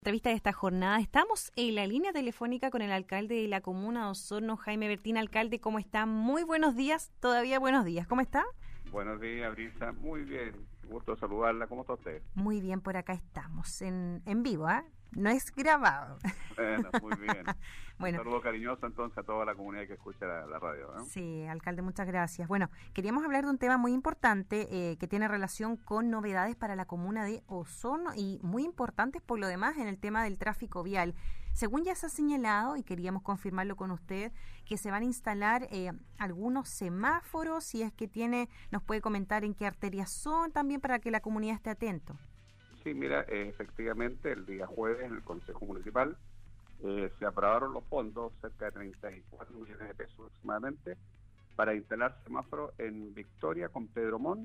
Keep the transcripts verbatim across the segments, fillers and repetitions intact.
Entrevista de esta jornada. Estamos en la línea telefónica con el alcalde de la comuna de Osorno, Jaime Bertín. Alcalde, ¿cómo está? Muy buenos días, todavía buenos días. ¿Cómo está? Buenos días, Brisa. Muy bien. Gusto saludarla. ¿Cómo está usted? Muy bien, por acá estamos, en, en vivo, ¿ah? ¿eh? No es grabado. Bueno, muy bien. Bueno, un saludo cariñoso entonces a toda la comunidad que escucha la, la radio, ¿eh? Sí, alcalde, muchas gracias. Bueno, queríamos hablar de un tema muy importante eh, que tiene relación con novedades para la comuna de Osorno y muy importantes por lo demás en el tema del tráfico vial. Según ya se ha señalado, y queríamos confirmarlo con usted, que se van a instalar eh, algunos semáforos, si es que tiene, nos puede comentar en qué arterias son también para que la comunidad esté atento. Sí, mira, eh, efectivamente el día jueves en el Consejo Municipal eh, se aprobaron los fondos, cerca de treinta y cuatro millones de pesos aproximadamente, para instalar semáforos en Victoria con Pedro Montt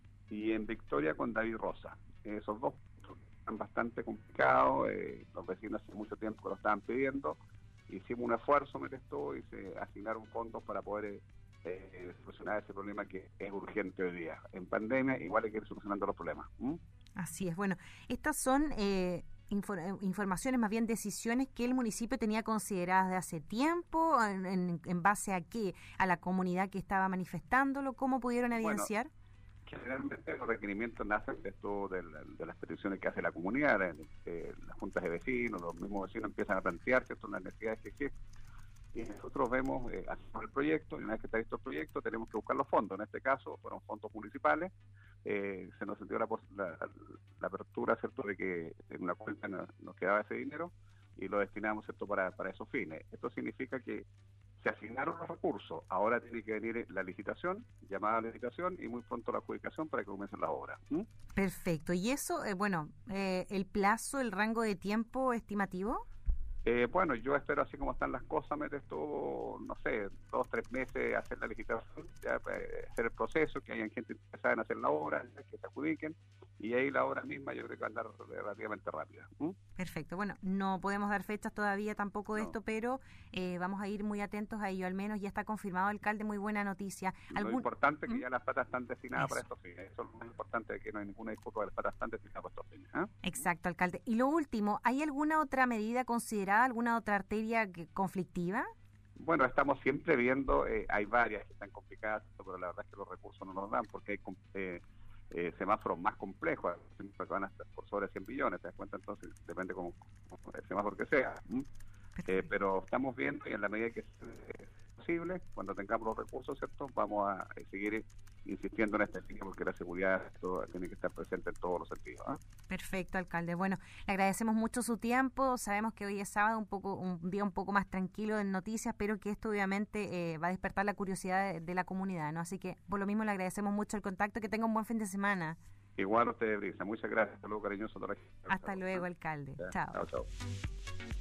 y en Victoria con David Rosa. Eh, esos dos están bastante complicados, eh, los vecinos hace mucho tiempo que lo estaban pidiendo, hicimos un esfuerzo, me testó y se asignaron fondos para poder eh, solucionar ese problema que es urgente hoy día. En pandemia igual hay que ir solucionando los problemas. ¿Mm? Así es. Bueno, estas son eh, infor- informaciones, más bien decisiones que el municipio tenía consideradas de hace tiempo, en, en, en base a qué, a la comunidad que estaba manifestándolo, ¿cómo pudieron evidenciar? Bueno, generalmente los requerimientos nacen de, esto, de, la, de las peticiones que hace la comunidad, de, de las juntas de vecinos, los mismos vecinos empiezan a plantearse estas las necesidades que existen. Y nosotros vemos, eh, hacemos el proyecto, y una vez que está listo el proyecto, tenemos que buscar los fondos. En este caso, fueron fondos municipales. Eh, se nos dio la, la, la apertura, ¿cierto?, de que en una cuenta nos, nos quedaba ese dinero y lo destinamos, ¿cierto?, para, para esos fines. Esto significa que se asignaron los recursos, ahora tiene que venir la licitación, llamada a la licitación, y muy pronto la adjudicación para que comiencen las obras. ¿Mm? Perfecto. ¿Y eso, eh, bueno, eh, el plazo, el rango de tiempo estimativo? Eh, bueno, yo espero, así como están las cosas, meter todo, no sé, dos, tres meses, hacer la licitación, ya, eh, hacer el proceso, que hayan gente interesada en hacer la obra, que se adjudiquen, y ahí la obra misma yo creo que va a andar relativamente rápida. ¿Mm? Perfecto. Bueno, no podemos dar fechas todavía tampoco de no. esto, pero eh, vamos a ir muy atentos a ello, al menos ya está confirmado, alcalde, muy buena noticia. ¿Algún... Lo importante es que ¿Mm? ya las patas están destinadas Eso. para estos fines, eso es lo más importante, que no hay ninguna disputa, las patas están destinadas para estos fines. ¿eh? Exacto, alcalde. Y lo último, ¿hay alguna otra medida considerada, alguna otra arteria que, conflictiva? Bueno, estamos siempre viendo, eh, hay varias que están complicadas, pero la verdad es que los recursos no nos dan, porque hay eh, eh, semáforos más complejos, que van hasta por sobre cien billones, ¿te das cuenta? Entonces depende como, como el semáforo que sea. Eh, pero estamos viendo, y en la medida que sea eh, posible, cuando tengamos los recursos, ¿cierto?, vamos a eh, seguir insistiendo en esta línea, porque la seguridad todo, tiene que estar presente en todos los sentidos. ¿eh? Perfecto, alcalde. Bueno, le agradecemos mucho su tiempo. Sabemos que hoy es sábado, un poco un día un poco más tranquilo en noticias, pero que esto obviamente eh, va a despertar la curiosidad de, de la comunidad, ¿no? Así que por lo mismo le agradecemos mucho el contacto. Que tenga un buen fin de semana. Igual a usted, Brisa. Muchas gracias. Saludos cariñosos a toda la gente. Hasta luego, alcalde. Ya. Chao. Chao, chao.